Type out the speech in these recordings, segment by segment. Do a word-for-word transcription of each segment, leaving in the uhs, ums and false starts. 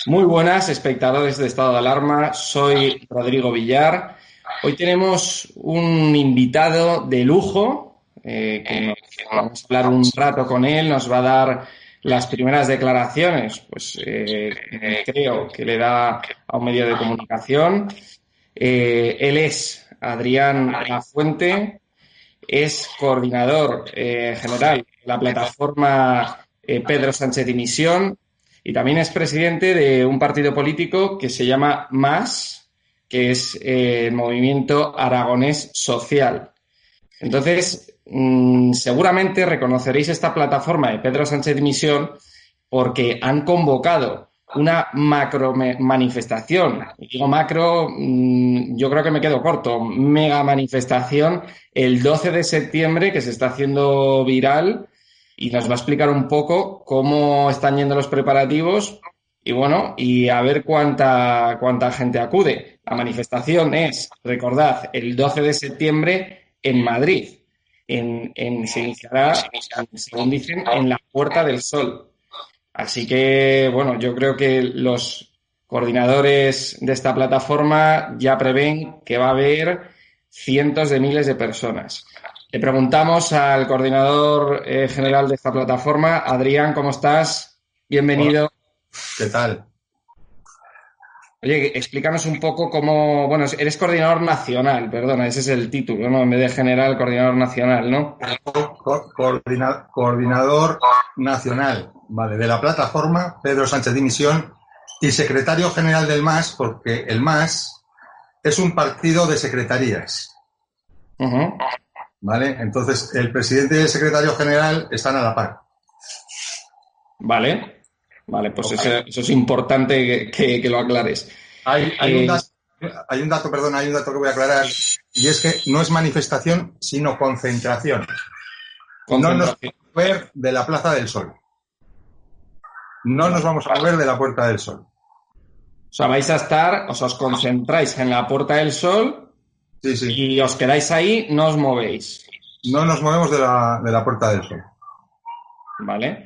Muy buenas, espectadores de Estado de Alarma. Soy Rodrigo Villar. Hoy tenemos un invitado de lujo, eh, que nos, vamos a hablar un rato con él, nos va a dar las primeras declaraciones, pues eh, creo que le da a un medio de comunicación. Eh, él es Adrián Lafuente, es coordinador eh, general de la plataforma eh, Pedro Sánchez Dimisión. Y también es presidente de un partido político que se llama MAS, que es eh, el Movimiento Aragonés Social. Entonces, mmm, seguramente reconoceréis esta plataforma de Pedro Sánchez Dimisión porque han convocado una macro manifestación. Y digo macro, mmm, yo creo que me quedo corto. Mega manifestación el doce de septiembre que se está haciendo viral. Y nos va a explicar un poco cómo están yendo los preparativos y bueno, y a ver cuánta, cuánta gente acude. La manifestación es, recordad, el doce de septiembre en Madrid. En, en, se iniciará, según dicen, en la Puerta del Sol. Así que, bueno, yo creo que los coordinadores de esta plataforma ya prevén que va a haber cientos de miles de personas. Le preguntamos al coordinador eh, general de esta plataforma, Adrián, ¿cómo estás? Bienvenido. Hola. ¿Qué tal? Oye, explícanos un poco cómo... Bueno, eres coordinador nacional, perdona, ese es el título, ¿no? En vez de general, coordinador nacional, ¿no? Co coordina coordinador nacional, vale, de la plataforma Pedro Sánchez Dimisión y secretario general del MAS, porque el MAS es un partido de secretarías. Uh-huh. ¿Vale? Entonces, el presidente y el secretario general están a la par. Vale, vale, pues eso, eso es importante que, que, que lo aclares. Hay, hay, eh... un dato, hay un dato, perdón, hay un dato que voy a aclarar, y es que no es manifestación, sino concentración. concentración. No nos vamos a mover de la Plaza del Sol. No nos vamos a mover de la Puerta del Sol. O sea, vais a estar, o sea, os concentráis en la Puerta del Sol. Sí, sí. Y os quedáis ahí, no os movéis. No nos movemos de la, de la Puerta del Sol. Vale.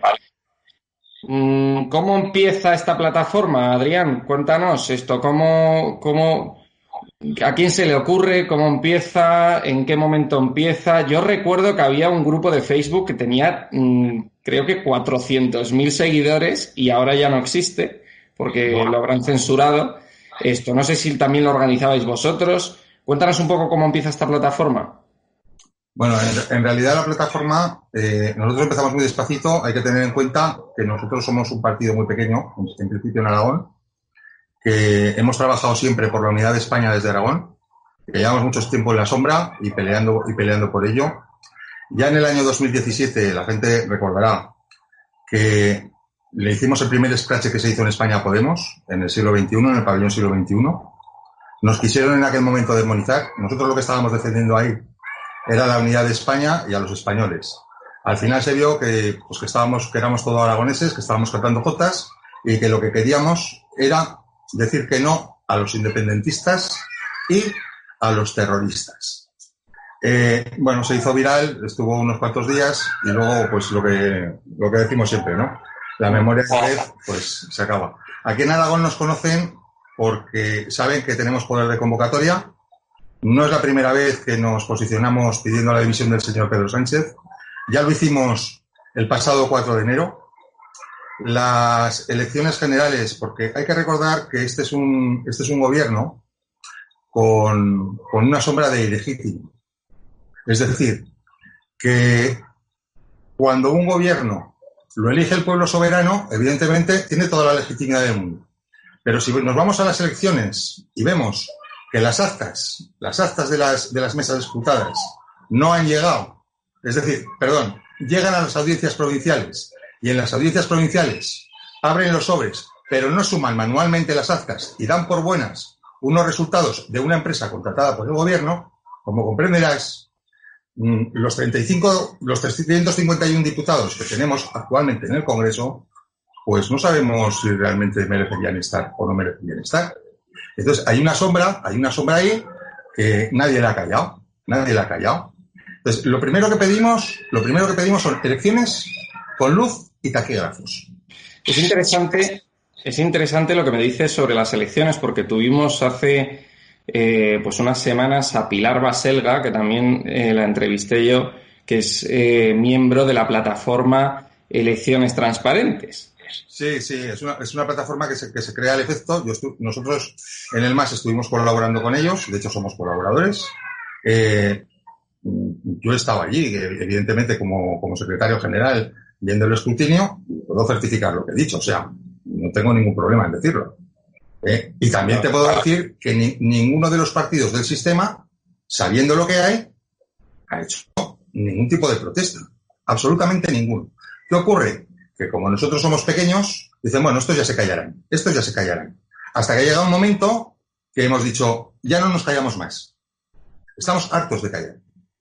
¿Cómo empieza esta plataforma, Adrián? Cuéntanos esto. ¿Cómo, cómo, ¿A quién se le ocurre? ¿Cómo empieza? ¿En qué momento empieza? Yo recuerdo que había un grupo de Facebook que tenía, creo que cuatrocientos mil seguidores y ahora ya no existe porque lo habrán censurado. Esto, no sé si también lo organizabais vosotros. Cuéntanos un poco cómo empieza esta plataforma. Bueno, en, en realidad la plataforma, eh, nosotros empezamos muy despacito. Hay que tener en cuenta que nosotros somos un partido muy pequeño, en principio en Aragón, que hemos trabajado siempre por la unidad de España desde Aragón, que llevamos mucho tiempo en la sombra y peleando, y peleando por ello. Ya en el año dos mil diecisiete, la gente recordará que le hicimos el primer escrache que se hizo en España a Podemos, en el siglo veintiuno, en el pabellón siglo veintiuno. Nos quisieron en aquel momento demonizar. Nosotros lo que estábamos defendiendo ahí era la unidad de España y a los españoles. Al final se vio que, pues, que, estábamos, que éramos todos aragoneses, que estábamos cantando jotas y que lo que queríamos era decir que no a los independentistas y a los terroristas. Eh, bueno, se hizo viral, estuvo unos cuantos días y luego, pues lo que, lo que decimos siempre, ¿no? La memoria de vez, pues se acaba. Aquí en Aragón nos conocen porque saben que tenemos poder de convocatoria. No es la primera vez que nos posicionamos pidiendo la dimisión del señor Pedro Sánchez. Ya lo hicimos el pasado cuatro de enero. Las elecciones generales, porque hay que recordar que este es un, este es un gobierno con, con una sombra de ilegítimo. Es decir, que cuando un gobierno lo elige el pueblo soberano, evidentemente tiene toda la legitimidad del mundo. Pero si nos vamos a las elecciones y vemos que las actas, las actas de las, de las mesas disputadas no han llegado, es decir, perdón, llegan a las audiencias provinciales y en las audiencias provinciales abren los sobres, pero no suman manualmente las actas y dan por buenas unos resultados de una empresa contratada por el gobierno, como comprenderás, los treinta y cinco, los trescientos cincuenta y uno diputados que tenemos actualmente en el Congreso, pues no sabemos si realmente merecerían estar o no merecerían estar. Entonces, hay una sombra, hay una sombra ahí que nadie la ha callado, nadie la ha callado. Entonces, lo primero que pedimos, lo primero que pedimos son elecciones con luz y taquígrafos. Es interesante es interesante lo que me dices sobre las elecciones, porque tuvimos hace eh, pues unas semanas a Pilar Baselga, que también eh, la entrevisté yo, que es eh, miembro de la plataforma Elecciones Transparentes. Sí, sí, es una, es una plataforma que se, que se crea al efecto. Yo estu- nosotros en el M A S estuvimos colaborando con ellos, de hecho somos colaboradores. Eh, yo estaba allí, evidentemente, como, como secretario general, viendo el escrutinio, y puedo certificar lo que he dicho, o sea, no tengo ningún problema en decirlo. ¿eh? Y también te puedo decir que ni, ninguno de los partidos del sistema, sabiendo lo que hay, ha hecho ningún tipo de protesta. Absolutamente ninguno. ¿Qué ocurre? Que como nosotros somos pequeños, dicen, bueno, estos ya se callarán, estos ya se callarán. Hasta que ha llegado un momento que hemos dicho, ya no nos callamos más. Estamos hartos de callar.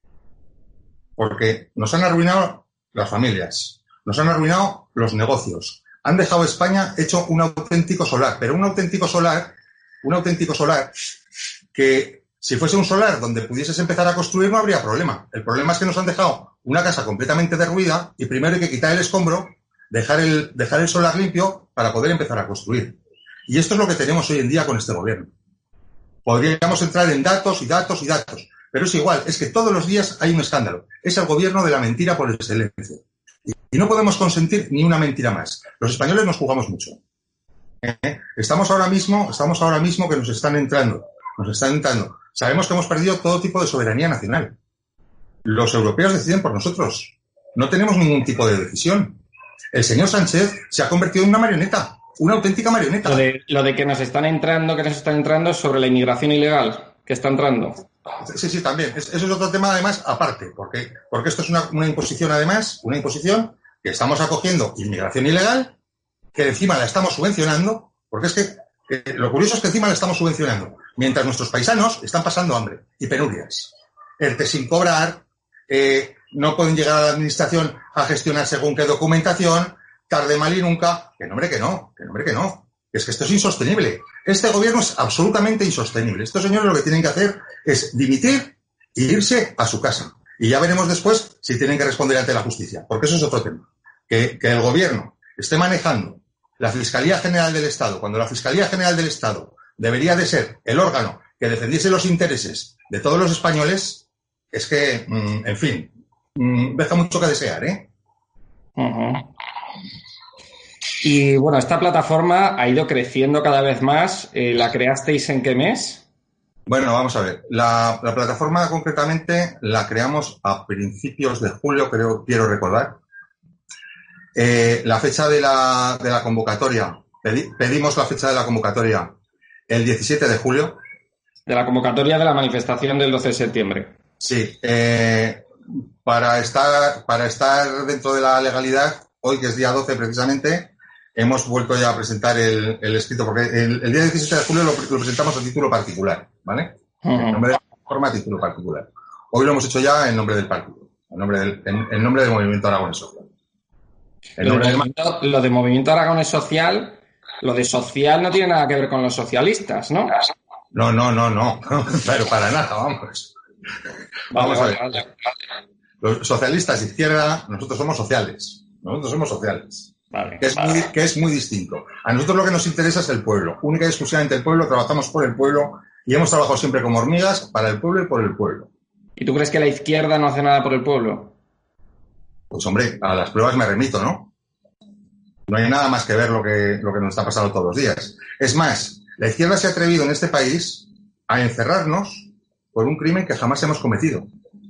Porque nos han arruinado las familias, nos han arruinado los negocios, han dejado España hecho un auténtico solar, pero un auténtico solar, un auténtico solar que si fuese un solar donde pudieses empezar a construir no habría problema. El problema es que nos han dejado una casa completamente derruida y primero hay que quitar el escombro, dejar el, dejar el solar limpio para poder empezar a construir. Y esto es lo que tenemos hoy en día con este gobierno. Podríamos entrar en datos y datos y datos. Pero es igual, es que todos los días hay un escándalo. Es el gobierno de la mentira por excelencia. Y no podemos consentir ni una mentira más. Los españoles nos jugamos mucho. ¿Eh? Estamos ahora mismo, estamos ahora mismo que nos están entrando. Nos están entrando. Sabemos que hemos perdido todo tipo de soberanía nacional. Los europeos deciden por nosotros. No tenemos ningún tipo de decisión. El señor Sánchez se ha convertido en una marioneta. Una auténtica marioneta. Lo de, lo de que nos están entrando, que nos están entrando es sobre la inmigración ilegal que está entrando. Sí, sí, también. Eso es otro tema, además, aparte, porque, porque esto es una, una imposición, además, una imposición que estamos acogiendo inmigración ilegal, que encima la estamos subvencionando, porque es que, que lo curioso es que encima la estamos subvencionando, mientras nuestros paisanos están pasando hambre y penurias. ERTE sin cobrar, eh, no pueden llegar a la administración a gestionar según qué documentación, tarde, mal y nunca. Que nombre que no, que nombre que no. Es que esto es insostenible. Este gobierno es absolutamente insostenible. Estos señores lo que tienen que hacer es dimitir e irse a su casa. Y ya veremos después si tienen que responder ante la justicia. Porque eso es otro tema. Que, que el gobierno esté manejando la Fiscalía General del Estado, cuando la Fiscalía General del Estado debería de ser el órgano que defendiese los intereses de todos los españoles, es que, mmm, en fin, mmm, deja mucho que desear, ¿eh? Uh-huh. Y bueno, esta plataforma ha ido creciendo cada vez más. Eh, ¿La creasteis en qué mes? Bueno, vamos a ver. La, la plataforma concretamente la creamos a principios de julio, creo, quiero recordar. Eh, la fecha de la, de la convocatoria, pedi, pedimos la fecha de la convocatoria el diecisiete de julio. De la convocatoria de la manifestación del doce de septiembre. Sí. Eh, para estar, para estar dentro de la legalidad, hoy que es día doce precisamente, hemos vuelto ya a presentar el, el escrito, porque el, el día diecisiete de julio lo, lo presentamos a título particular, ¿vale? Uh-huh. En nombre de la forma a título particular. Hoy lo hemos hecho ya en nombre del partido, en nombre del, en, en nombre del Movimiento Aragonés Social. Lo de, movimiento, lo de Movimiento Aragonés Social, lo de social no tiene nada que ver con los socialistas, ¿no? No, no, no, no, pero para nada, vamos. Vamos vale, a ver. Vale, vale. Los socialistas izquierda, nosotros somos sociales, nosotros somos sociales. Vale, que, es vale. muy, que es muy distinto. A nosotros lo que nos interesa es el pueblo, única y exclusivamente el pueblo, trabajamos por el pueblo y hemos trabajado siempre como hormigas para el pueblo y por el pueblo. ¿Y tú crees que la izquierda no hace nada por el pueblo? Pues hombre, a las pruebas me remito, ¿no? No hay nada más que ver lo que, lo que nos está pasando todos los días. Es más, la izquierda se ha atrevido en este país a encerrarnos por un crimen que jamás hemos cometido.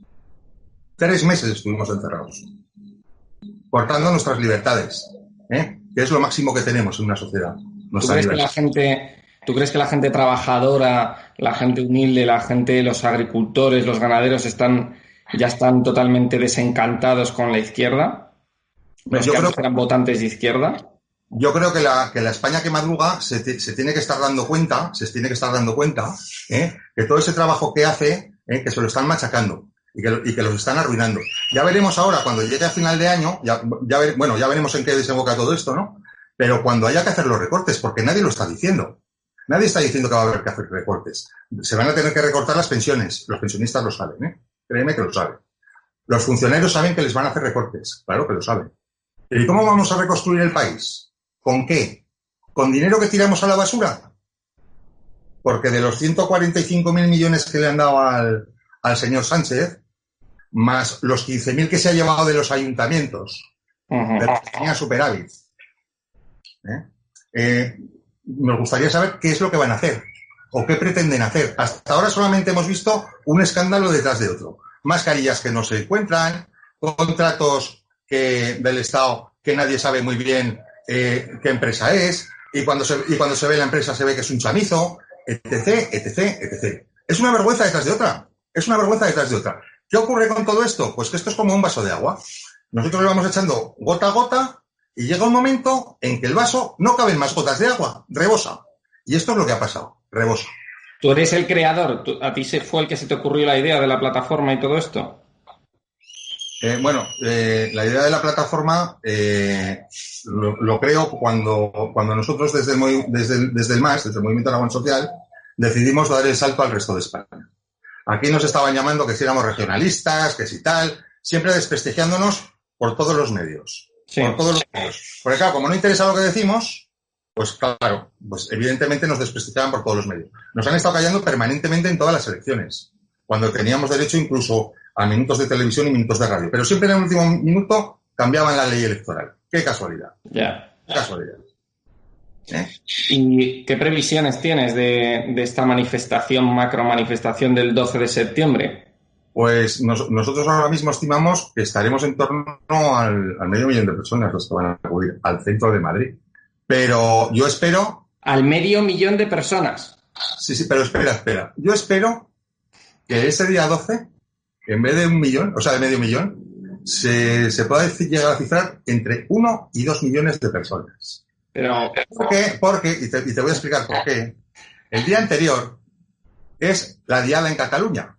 Tres meses estuvimos encerrados, cortando nuestras libertades, ¿eh? Que es lo máximo que tenemos en una sociedad. ¿Tú crees, que la gente, ¿Tú crees que la gente trabajadora, la gente humilde, la gente, los agricultores, los ganaderos están ya están totalmente desencantados con la izquierda? ¿Los yo que creo antes eran votantes de izquierda? Yo creo que la, que la España que madruga se, te, se tiene que estar dando cuenta, se tiene que estar dando cuenta, ¿eh? Que todo ese trabajo que hace, ¿eh? Que se lo están machacando y que, y que los están arruinando. Ya veremos ahora, cuando llegue a final de año, ya, ya ver, bueno, ya veremos en qué desemboca todo esto, ¿no? Pero cuando haya que hacer los recortes, porque nadie lo está diciendo. Nadie está diciendo que va a haber que hacer recortes. Se van a tener que recortar las pensiones. Los pensionistas lo saben, ¿eh? Créeme que lo saben. Los funcionarios saben que les van a hacer recortes. Claro que lo saben. ¿Y cómo vamos a reconstruir el país? ¿Con qué? con dinero que tiramos a la basura. Porque de los ciento cuarenta y cinco mil millones que le han dado al, al señor Sánchez, más los quince mil que se ha llevado de los ayuntamientos, uh-huh. de los que tenía superávit, ¿eh? Eh, nos gustaría saber qué es lo que van a hacer o qué pretenden hacer. Hasta ahora solamente hemos visto un escándalo detrás de otro. Mascarillas que no se encuentran, contratos que, del Estado que nadie sabe muy bien eh, qué empresa es, y cuando, se, y cuando se ve la empresa se ve que es un chamizo, etc, etc, etcétera. Es una vergüenza detrás de otra. Es una vergüenza detrás de otra. ¿Qué ocurre con todo esto? Pues que esto es como un vaso de agua. Nosotros le vamos echando gota a gota y llega un momento en que el vaso no caben más gotas de agua, rebosa. Y esto es lo que ha pasado, rebosa. Tú eres el creador, ¿Tú, ¿a ti se fue el que se te ocurrió la idea de la plataforma y todo esto? Eh, bueno, eh, la idea de la plataforma eh, lo, lo creo cuando, cuando nosotros desde el, desde, el, desde el M A S, desde el Movimiento Aragón Social, decidimos dar el salto al resto de España. Aquí nos estaban llamando que si éramos regionalistas, que si tal, siempre desprestigiándonos por todos los medios. Sí. Por todos los medios. Porque claro, como no interesa lo que decimos, pues claro, pues evidentemente nos desprestigiaban por todos los medios. Nos han estado callando permanentemente en todas las elecciones, cuando teníamos derecho incluso a minutos de televisión y minutos de radio. Pero siempre en el último minuto cambiaban la ley electoral. ¡Qué casualidad! Ya. Yeah. ¡Qué casualidad! ¿Eh? ¿Y qué previsiones tienes de, de esta manifestación, macro manifestación del doce de septiembre? Pues nos, nosotros ahora mismo estimamos que estaremos en torno al, al medio millón de personas los que van a acudir al centro de Madrid. Pero yo espero... ¿Al medio millón de personas? Sí, sí, pero espera, espera. Yo espero que ese día doce, en vez de un millón, o sea, de medio millón, se, se pueda decir, llegar a cifrar entre uno y dos millones de personas. Pero... ¿Por qué? Porque, y te, y te voy a explicar por qué, el día anterior es la diada en Cataluña.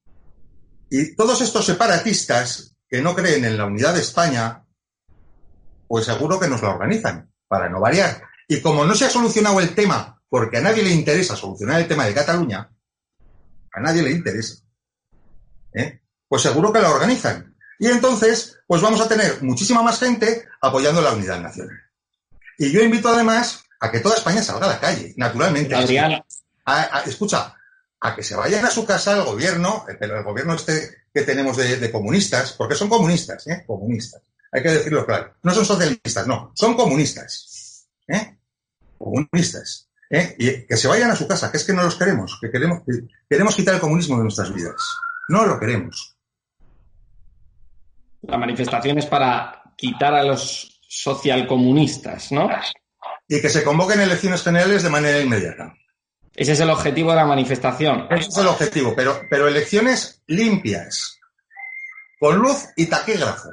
Y todos estos separatistas que no creen en la unidad de España, pues seguro que nos la organizan, para no variar. Y como no se ha solucionado el tema, porque a nadie le interesa solucionar el tema de Cataluña, a nadie le interesa, ¿eh? Pues seguro que la organizan. Y entonces, pues vamos a tener muchísima más gente apoyando la unidad nacional. Y yo invito además a que toda España salga a la calle, naturalmente. Adrián. A, a, escucha, a que se vayan a su casa el gobierno, pero el gobierno este que tenemos de, de comunistas, porque son comunistas, ¿eh? Comunistas. Hay que decirlo claro. No son socialistas, no, son comunistas. ¿Eh? Comunistas. ¿Eh? Y que se vayan a su casa, que es que no los queremos, que queremos, que queremos quitar el comunismo de nuestras vidas. No lo queremos. La manifestación es para quitar a los socialcomunistas, ¿no? Y que se convoquen elecciones generales de manera inmediata. Ese es el objetivo de la manifestación. Ese es el objetivo, pero, pero elecciones limpias, con luz y taquígrafo.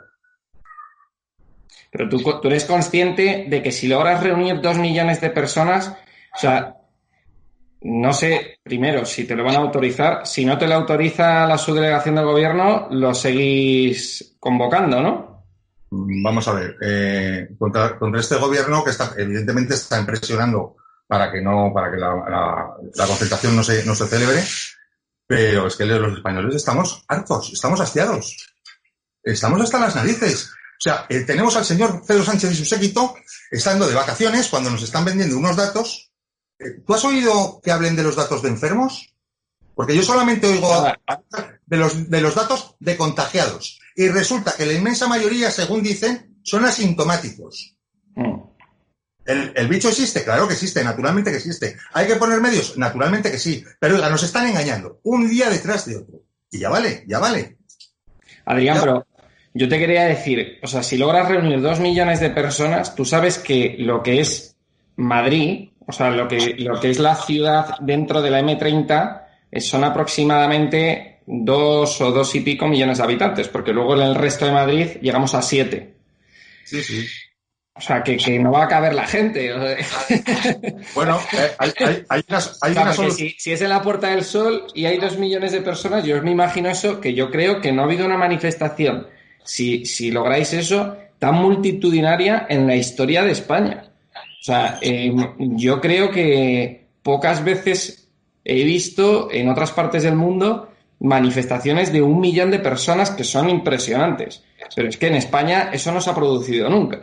Pero tú, tú eres consciente de que si logras reunir dos millones de personas, o sea, no sé, primero, si te lo van a autorizar, si no te lo autoriza la subdelegación del gobierno, lo seguís convocando, ¿no? Vamos a ver, eh, contra, contra este gobierno que está, evidentemente está impresionando para que no, para que la, la, la concentración no se, no se celebre, pero es que los españoles estamos hartos, estamos hastiados, estamos hasta las narices. O sea, eh, tenemos al señor Pedro Sánchez y su séquito estando de vacaciones cuando nos están vendiendo unos datos. Eh, ¿Tú has oído que hablen de los datos de enfermos? Porque yo solamente oigo de los, de los datos de contagiados. Y resulta que la inmensa mayoría, según dicen, son asintomáticos. Mm. ¿El, ¿El bicho existe? Claro que existe, naturalmente que existe. ¿Hay que poner medios? Naturalmente que sí. Pero oiga, nos están engañando, un día detrás de otro. Y ya vale, ya vale. Adrián, ya. Pero yo te quería decir, o sea, si logras reunir dos millones de personas, tú sabes que lo que es Madrid, o sea, lo que, lo que es la ciudad dentro de la eme treinta, son aproximadamente dos o dos y pico millones de habitantes, porque luego en el resto de Madrid llegamos a siete. Sí, sí. O sea, que, que no va a caber la gente. Bueno, eh, hay, hay, hay una, hay o sea, una solución. Si, si es en la Puerta del Sol y hay dos millones de personas, yo me imagino eso, que yo creo que no ha habido una manifestación, si, si lográis eso, tan multitudinaria en la historia de España. O sea, eh, yo creo que pocas veces he visto en otras partes del mundo manifestaciones de un millón de personas que son impresionantes. Pero es que en España eso no se ha producido nunca. O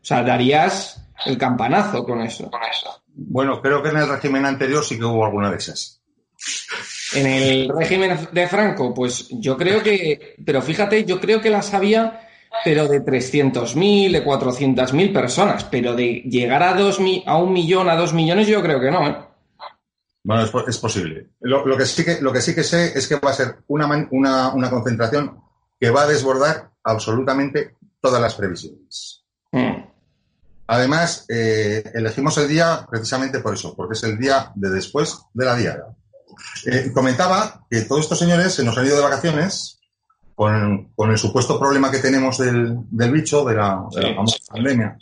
sea, darías el campanazo con eso. Con eso. Bueno, creo que en el régimen anterior sí que hubo alguna de esas. En el régimen de Franco, pues yo creo que, pero fíjate, yo creo que las había, pero de trescientos mil, de cuatrocientas mil personas, pero de llegar a, dos, a un millón, a dos millones, yo creo que no, ¿eh? Bueno, es, es posible. Lo, lo, que sí que, lo que sí que sé es que va a ser una, una, una concentración que va a desbordar absolutamente todas las previsiones. Mm. Además, eh, elegimos el día precisamente por eso, porque es el día de después de la diada. Eh, comentaba que todos estos señores se nos han ido de vacaciones con, con el supuesto problema que tenemos del, del bicho, de la, de la famosa pandemia.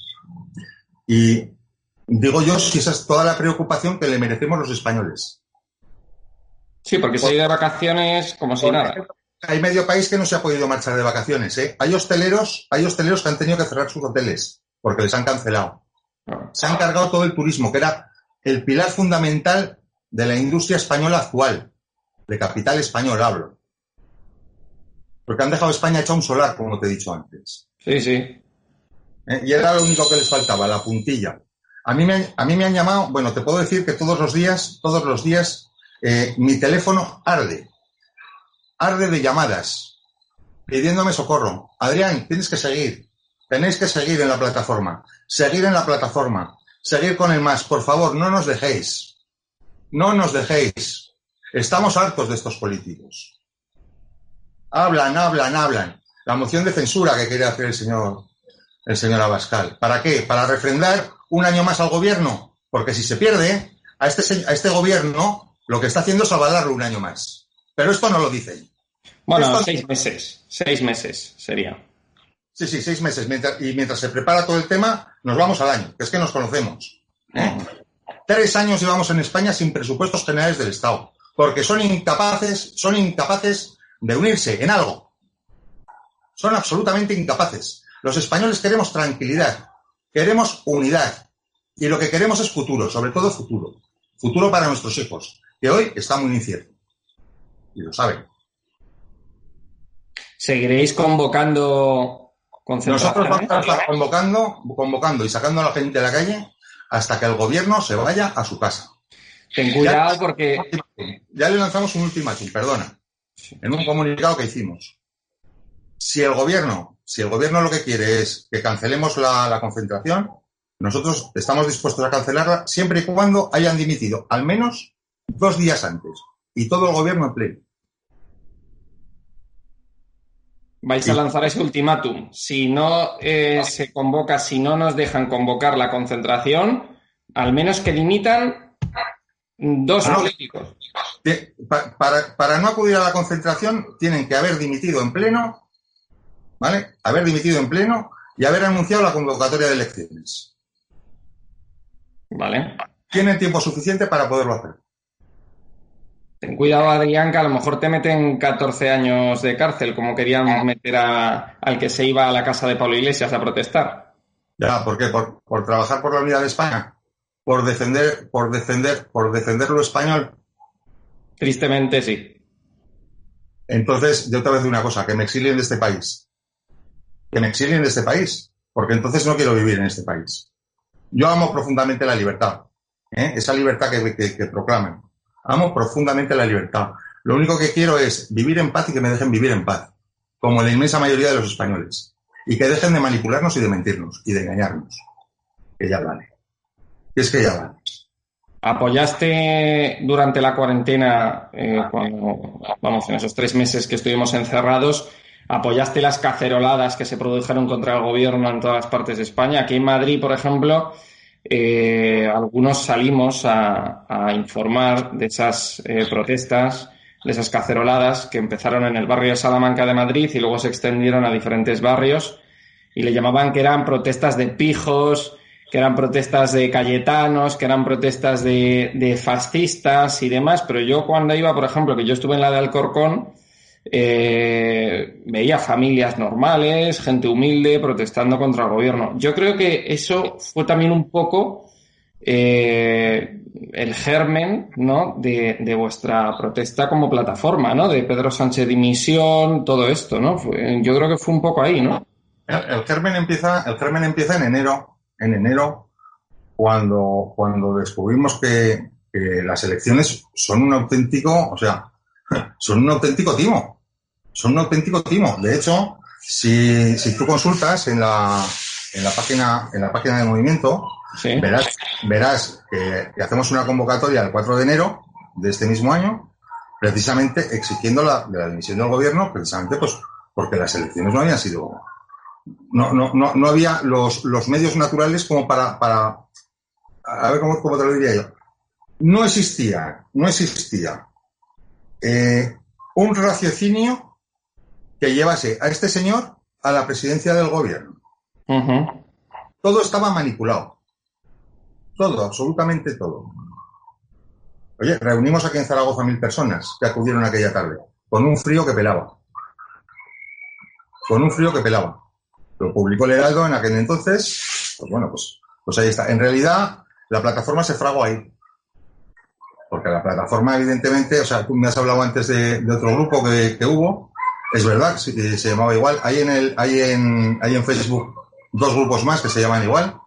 Y digo yo si esa es toda la preocupación que le merecemos los españoles. Sí, porque se ha ido de vacaciones como si nada. Hay medio país que no se ha podido marchar de vacaciones, ¿eh? Hay hosteleros, hay hosteleros que han tenido que cerrar sus hoteles porque les han cancelado. Se han cargado todo el turismo, que era el pilar fundamental de la industria española actual, de capital español hablo. Porque han dejado España hecha un solar, como te he dicho antes. Sí, sí. ¿Eh? Y era lo único que les faltaba, la puntilla. A mí, me, a mí me han llamado, bueno, te puedo decir que todos los días, todos los días, eh, mi teléfono arde. Arde de llamadas, pidiéndome socorro. Adrián, tienes que seguir. Tenéis que seguir en la plataforma. Seguir en la plataforma. Seguir con el más. Por favor, no nos dejéis. No nos dejéis. Estamos hartos de estos políticos. Hablan, hablan, hablan. La moción de censura que quiere hacer el señor, el señor Abascal. ¿Para qué? ¿Para refrendar un año más al gobierno? Porque si se pierde, a este, a este gobierno lo que está haciendo es avalarlo un año más. Pero esto no lo dicen. Bueno, esto... seis meses. Seis meses sería. Sí, sí, seis meses. Mientras, y mientras se prepara todo el tema, nos vamos al año, que es que nos conocemos. ¿Eh? Tres años llevamos en España sin presupuestos generales del Estado, porque son incapaces, son incapaces de unirse en algo. Son absolutamente incapaces. Los españoles queremos tranquilidad, queremos unidad, y lo que queremos es futuro, sobre todo futuro. Futuro para nuestros hijos, que hoy está muy incierto. Y lo saben. ¿Seguiréis convocando Nosotros vamos a estar convocando, convocando y sacando a la gente de la calle hasta que el gobierno se vaya a su casa. Ten cuidado ya, porque... Ya le lanzamos un ultimátum, perdona, en un comunicado que hicimos. Si el gobierno, si el gobierno lo que quiere es que cancelemos la, la concentración, nosotros estamos dispuestos a cancelarla siempre y cuando hayan dimitido al menos dos días antes y todo el gobierno en pleno. Vais a lanzar ese ultimátum. Si no eh, se convoca, si no nos dejan convocar la concentración, al menos que limitan dos no, políticos. Para, para, para no acudir a la concentración, tienen que haber dimitido en pleno, ¿vale? Haber dimitido en pleno y haber anunciado la convocatoria de elecciones. Vale. Tienen tiempo suficiente para poderlo hacer. Ten cuidado, Adrián, que a lo mejor te meten catorce años de cárcel, como querían meter a, al que se iba a la casa de Pablo Iglesias a protestar. Ya, ¿por qué? ¿Por, por trabajar por la unidad de España? ¿Por defender, por defender, por defender lo español? Tristemente, sí. Entonces, yo te voy a decir una cosa, que me exilien de este país. Que me exilien de este país, porque entonces no quiero vivir en este país. Yo amo profundamente la libertad, ¿eh? Esa libertad que, que, que proclaman. Amo profundamente la libertad. Lo único que quiero es vivir en paz y que me dejen vivir en paz, como la inmensa mayoría de los españoles. Y que dejen de manipularnos y de mentirnos y de engañarnos. Que ya vale. Que es que ya vale. ¿Apoyaste durante la cuarentena, eh, cuando, vamos, en esos tres meses que estuvimos encerrados, apoyaste las caceroladas que se produjeron contra el gobierno en todas las partes de España? Aquí en Madrid, por ejemplo, eh, algunos salimos a, a informar de esas eh, protestas, de esas caceroladas que empezaron en el barrio de Salamanca de Madrid y luego se extendieron a diferentes barrios y le llamaban que eran protestas de pijos, que eran protestas de cayetanos, que eran protestas de, de fascistas y demás, pero yo cuando iba, por ejemplo, que yo estuve en la de Alcorcón, eh, veía familias normales, gente humilde protestando contra el gobierno. Yo creo que eso fue también un poco eh, el germen, ¿no?, de, de vuestra protesta como plataforma, ¿no?, de Pedro Sánchez dimisión, todo esto, ¿no? Fue, yo creo que fue un poco ahí, ¿no? El, el germen empieza, el germen empieza en enero, en enero, cuando, cuando descubrimos que, que las elecciones son un auténtico, o sea, son un auténtico timo. Son un auténtico timo. De hecho, si, si tú consultas en la, en la página, en la página del movimiento, sí. verás, verás que, que hacemos una convocatoria el cuatro de enero de este mismo año, precisamente exigiendo la, de la dimisión del gobierno, precisamente pues porque las elecciones no habían sido, no, no, no, no había los, los medios naturales como para, para, a ver cómo, cómo te lo diría yo. No existía, no existía eh, un raciocinio que llevase a este señor a la presidencia del gobierno. Uh-huh. Todo estaba manipulado. Todo, absolutamente todo. Oye, reunimos aquí en Zaragoza mil personas que acudieron aquella tarde, con un frío que pelaba. Con un frío que pelaba. Lo publicó el Heraldo en aquel entonces, pues bueno, pues, pues ahí está. En realidad, la plataforma se fraguó ahí. Porque la plataforma, evidentemente, o sea, tú me has hablado antes de, de otro grupo que, que hubo, es verdad, se, se llamaba igual. Hay en el, hay en, hay en Facebook dos grupos más que se llaman igual.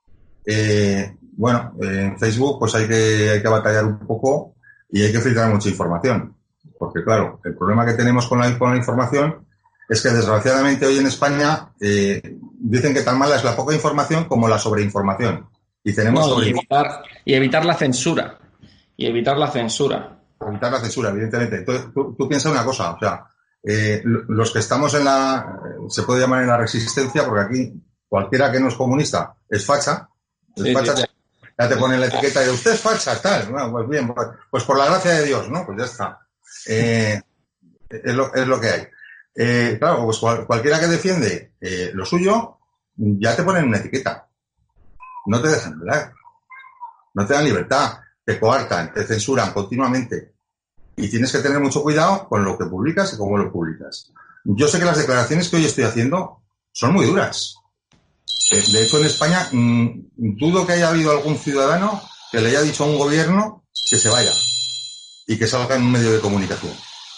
Eh, bueno, en Facebook pues hay que, hay que batallar un poco y hay que filtrar mucha información. Porque claro, el problema que tenemos con la, con la información es que desgraciadamente hoy en España eh, dicen que tan mala es la poca información como la sobreinformación. Y tenemos no, sobre... y, evitar, y evitar la censura. Y evitar la censura. Evitar la censura, evidentemente. Entonces, tú, tú piensas una cosa, o sea, eh, los que estamos en la, se puede llamar en la resistencia, porque aquí cualquiera que no es comunista es facha, es sí, facha, sí. Ya te ponen la etiqueta de usted es facha, tal. Bueno, pues bien, pues, pues por la gracia de Dios, ¿no? Pues ya está. Eh, es, lo, es lo que hay. Eh, claro, pues cual, cualquiera que defiende eh, lo suyo, ya te ponen una etiqueta. No te dejan hablar. No te dan libertad. Te coartan, te censuran continuamente. Y tienes que tener mucho cuidado con lo que publicas y cómo lo publicas. Yo sé que las declaraciones que hoy estoy haciendo son muy duras. De hecho, en España mmm, dudo que haya habido algún ciudadano que le haya dicho a un gobierno que se vaya y que salga en un medio de comunicación.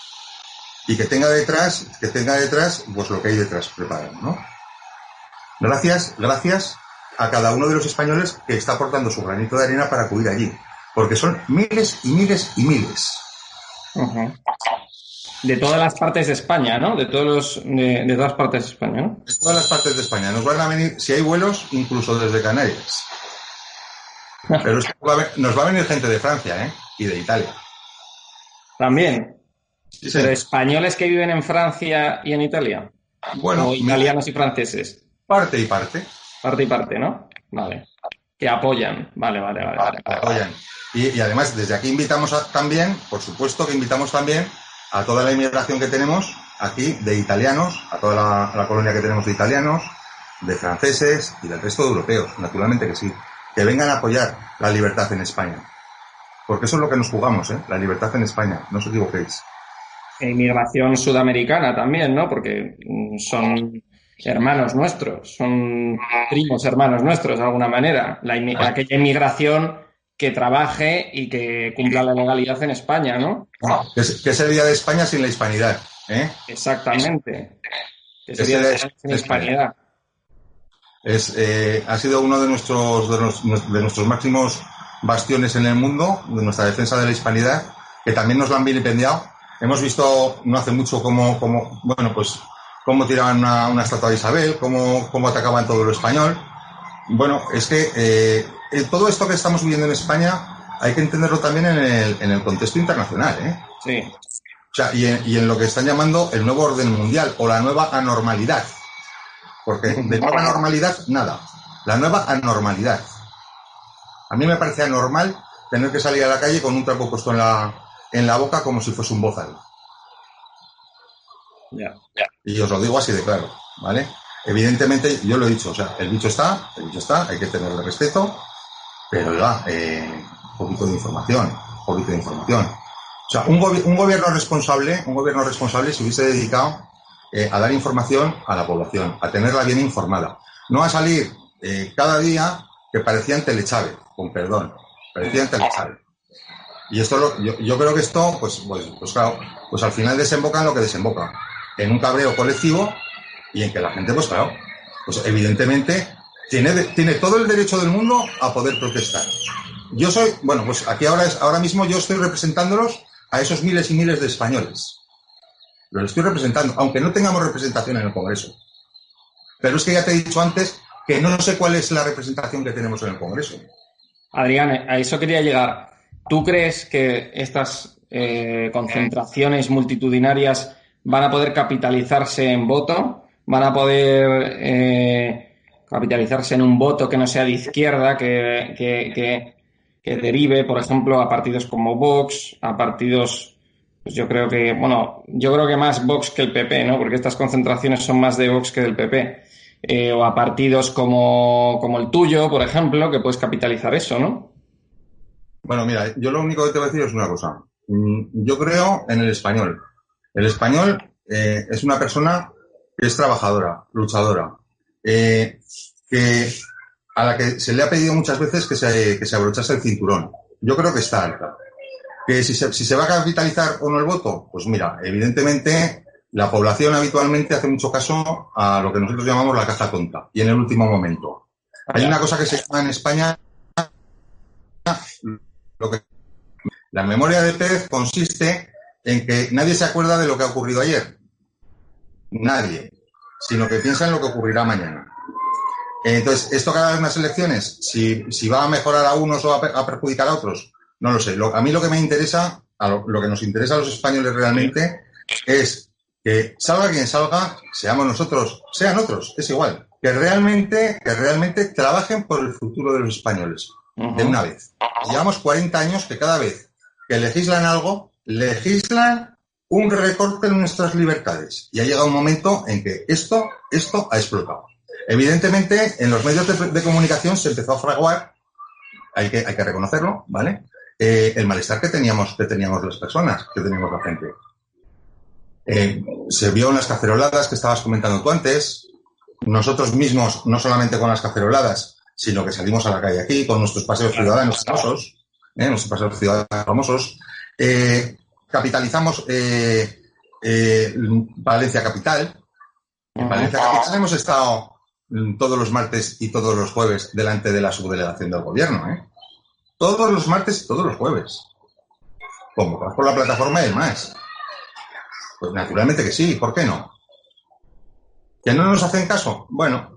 Y que tenga detrás, que tenga detrás, pues lo que hay detrás preparado, ¿no? Gracias, gracias a cada uno de los españoles que está aportando su granito de arena para acudir allí. Porque son miles y miles y miles. Uh-huh. De todas las partes de España, ¿no? De todos los, de, de todas partes de España, ¿no? De todas las partes de España. Nos van a venir, si hay vuelos, incluso desde Canarias. Pero es que va a, nos va a venir gente de Francia, ¿eh? Y de Italia. También. Sí, sí. Pero españoles que viven en Francia y en Italia. Bueno. O italianos y franceses. Parte y parte. Parte y parte, ¿no? Vale. Que apoyan. Vale, vale, vale. vale, vale. Apoyan. Y, y además, desde aquí invitamos a, también, por supuesto que invitamos también a toda la inmigración que tenemos aquí de italianos, a toda la, la colonia que tenemos de italianos, de franceses y del resto de europeos, naturalmente que sí, que vengan a apoyar la libertad en España. Porque eso es lo que nos jugamos, ¿eh? La libertad en España, no os equivoquéis. E inmigración sudamericana también, ¿no? Porque son hermanos nuestros, son primos hermanos nuestros de alguna manera. La inmi- aquella inmigración que trabaje y que cumpla la legalidad en España, ¿no? No, ¿qué, ¿Qué sería de España sin la hispanidad? ¿Eh? Exactamente. ¿Qué sería de España sin la hispanidad? Es, eh, ha sido uno de nuestros, de, los, de nuestros máximos bastiones en el mundo, de nuestra defensa de la hispanidad, que también nos la han vilipendiado. Hemos visto no hace mucho cómo, cómo bueno, pues, cómo tiraban una, una estatua de Isabel, cómo, cómo atacaban todo lo español. Bueno, es que eh, todo esto que estamos viviendo en España hay que entenderlo también en el, en el contexto internacional, ¿eh? Sí. O sea, y en, y en lo que están llamando el nuevo orden mundial o la nueva anormalidad. Porque de nueva normalidad, nada. La nueva anormalidad. A mí me parece anormal tener que salir a la calle con un trapo puesto en la, en la boca como si fuese un bozal. Ya, ya. Y os lo digo así de claro, ¿vale? Evidentemente, yo lo he dicho, o sea, el bicho está, el bicho está, hay que tenerle respeto, pero ya, eh, un poquito de información, un poquito de información. O sea, un, gobi- un gobierno responsable, un gobierno responsable se hubiese dedicado eh, a dar información a la población, a tenerla bien informada. No a salir eh, cada día que parecían Telechave, con perdón, parecían Telechave. Y esto, lo, yo, yo creo que esto, pues, pues, pues claro, pues al final desemboca en lo que desemboca, en un cabreo colectivo y en que la gente, pues claro, pues evidentemente tiene, tiene todo el derecho del mundo a poder protestar. Yo soy, bueno, pues aquí ahora, es, ahora mismo yo estoy representándolos a esos miles y miles de españoles. Los estoy representando, aunque no tengamos representación en el Congreso. Pero es que ya te he dicho antes que no sé cuál es la representación que tenemos en el Congreso. Adrián, a eso quería llegar. ¿Tú crees que estas eh, concentraciones multitudinarias van a poder capitalizarse en voto? ¿Van a poder eh, capitalizarse en un voto que no sea de izquierda, que, que, que, que derive, por ejemplo, a partidos como Vox, a partidos, pues yo creo que, bueno, yo creo que más Vox que el P P, ¿no? Porque estas concentraciones son más de Vox que del P P. Eh, o a partidos como, como el tuyo, por ejemplo, que puedes capitalizar eso, ¿no? Bueno, mira, yo lo único que te voy a decir es una cosa. Yo creo en el español. El español eh, es una persona que es trabajadora, luchadora, eh, que a la que se le ha pedido muchas veces que se, que se abrochase el cinturón. Yo creo que está alta. Que si se, si se va a capitalizar o no el voto, pues mira, evidentemente la población habitualmente hace mucho caso a lo que nosotros llamamos la caja tonta y en el último momento. Hay una cosa que se llama en España lo que la memoria de pez consiste en que nadie se acuerda de lo que ha ocurrido ayer. Nadie. Sino que piensa en lo que ocurrirá mañana. Entonces, esto que hagan unas elecciones, si, si va a mejorar a unos o a, a perjudicar a otros, no lo sé. Lo, a mí lo que me interesa, a lo, lo que nos interesa a los españoles realmente, es que salga quien salga, seamos nosotros, sean otros, es igual. Que realmente, que realmente trabajen por el futuro de los españoles. Uh-huh. De una vez. Llevamos cuarenta años que cada vez que legislan algo, legislan un recorte en nuestras libertades. Y ha llegado un momento en que esto, esto ha explotado. Evidentemente, en los medios de, de comunicación se empezó a fraguar, hay que, hay que reconocerlo, ¿vale? Eh, el malestar que teníamos, que teníamos las personas, que teníamos la gente. Eh, se vio en las caceroladas que estabas comentando tú antes. Nosotros mismos, no solamente con las caceroladas, sino que salimos a la calle aquí con nuestros paseos ciudadanos famosos, ¿eh? nuestros paseos ciudadanos famosos. Eh, capitalizamos eh, eh, Valencia Capital. En Valencia Capital hemos estado todos los martes y todos los jueves delante de la subdelegación del gobierno. ¿eh? Todos los martes y todos los jueves. Convocados por la plataforma y demás. Pues naturalmente que sí, ¿por qué no? ¿Que no nos hacen caso? Bueno,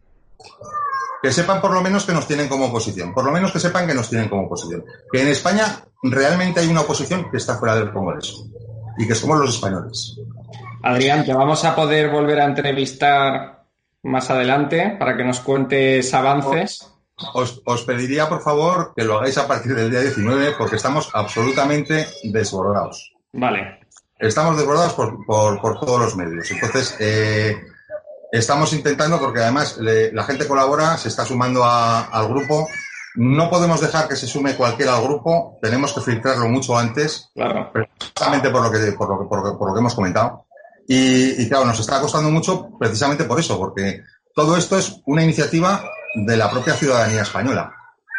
que sepan por lo menos que nos tienen como oposición. Por lo menos que sepan que nos tienen como oposición. Que en España realmente hay una oposición que está fuera del Congreso. Y que somos los españoles. Adrián, te vamos a poder volver a entrevistar más adelante para que nos cuentes avances. Os, os pediría, por favor, que lo hagáis a partir del día diecinueve porque estamos absolutamente desbordados. Vale. Estamos desbordados por, por, por todos los medios. Entonces, eh, estamos intentando, porque además le, la gente colabora, se está sumando a, al grupo. No podemos dejar que se sume cualquiera al grupo. Tenemos que filtrarlo mucho antes. Claro. Precisamente por lo que, por lo que, por lo que, por lo que hemos comentado. Y, y claro, nos está costando mucho precisamente por eso, porque todo esto es una iniciativa de la propia ciudadanía española.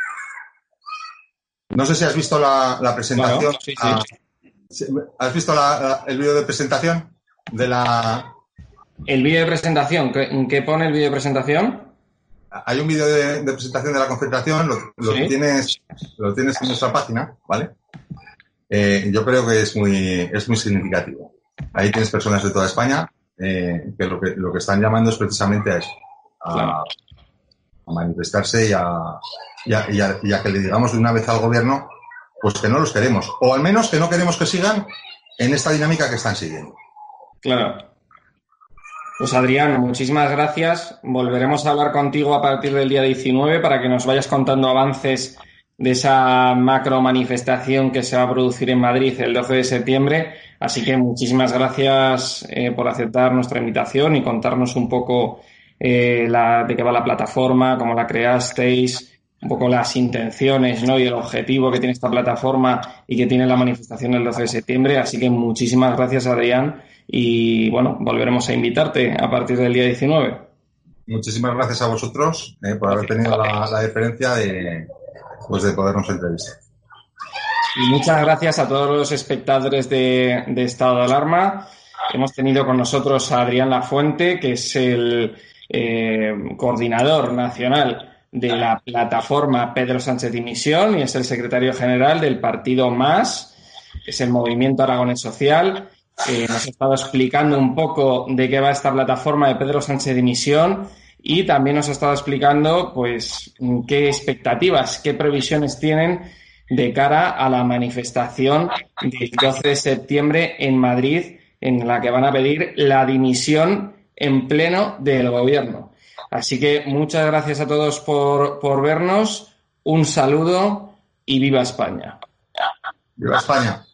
No sé si has visto la, la presentación. Claro, sí, sí. A, ¿Has visto la, la, el vídeo de presentación de la... ¿El vídeo de presentación? ¿En qué pone el vídeo de presentación? Hay un vídeo de, de presentación de la concentración, lo, lo, ¿sí? tienes, lo tienes en nuestra página, ¿vale? Eh, yo creo que es muy, es muy significativo. Ahí tienes personas de toda España eh, que, lo que lo que están llamando es precisamente a eso, a, claro. a manifestarse y a, y, a, y, a, y a que le digamos de una vez al gobierno pues que no los queremos, o al menos que no queremos que sigan en esta dinámica que están siguiendo. Claro. Pues Adrián, muchísimas gracias. Volveremos a hablar contigo a partir del día diecinueve para que nos vayas contando avances de esa macro manifestación que se va a producir en Madrid el doce de septiembre. Así que muchísimas gracias eh, por aceptar nuestra invitación y contarnos un poco eh, la, de qué va la plataforma, cómo la creasteis, un poco las intenciones, ¿no? Y el objetivo que tiene esta plataforma y que tiene la manifestación el doce de septiembre. Así que muchísimas gracias, Adrián, y bueno, volveremos a invitarte a partir del día diecinueve. Muchísimas gracias a vosotros eh, por haber tenido la, la deferencia de, pues de podernos entrevistar. Y muchas gracias a todos los espectadores de, de Estado de Alarma. Hemos tenido con nosotros a Adrián Lafuente, que es el eh, coordinador nacional de la plataforma Pedro Sánchez Dimisión y es el secretario general del partido Más, que es el Movimiento Aragonés Social. Eh, nos ha estado explicando un poco de qué va esta plataforma de Pedro Sánchez Dimisión y también nos ha estado explicando pues qué expectativas, qué previsiones tienen de cara a la manifestación del doce de septiembre en Madrid, en la que van a pedir la dimisión en pleno del gobierno. Así que muchas gracias a todos por, por vernos, un saludo y viva España. ¡Viva España!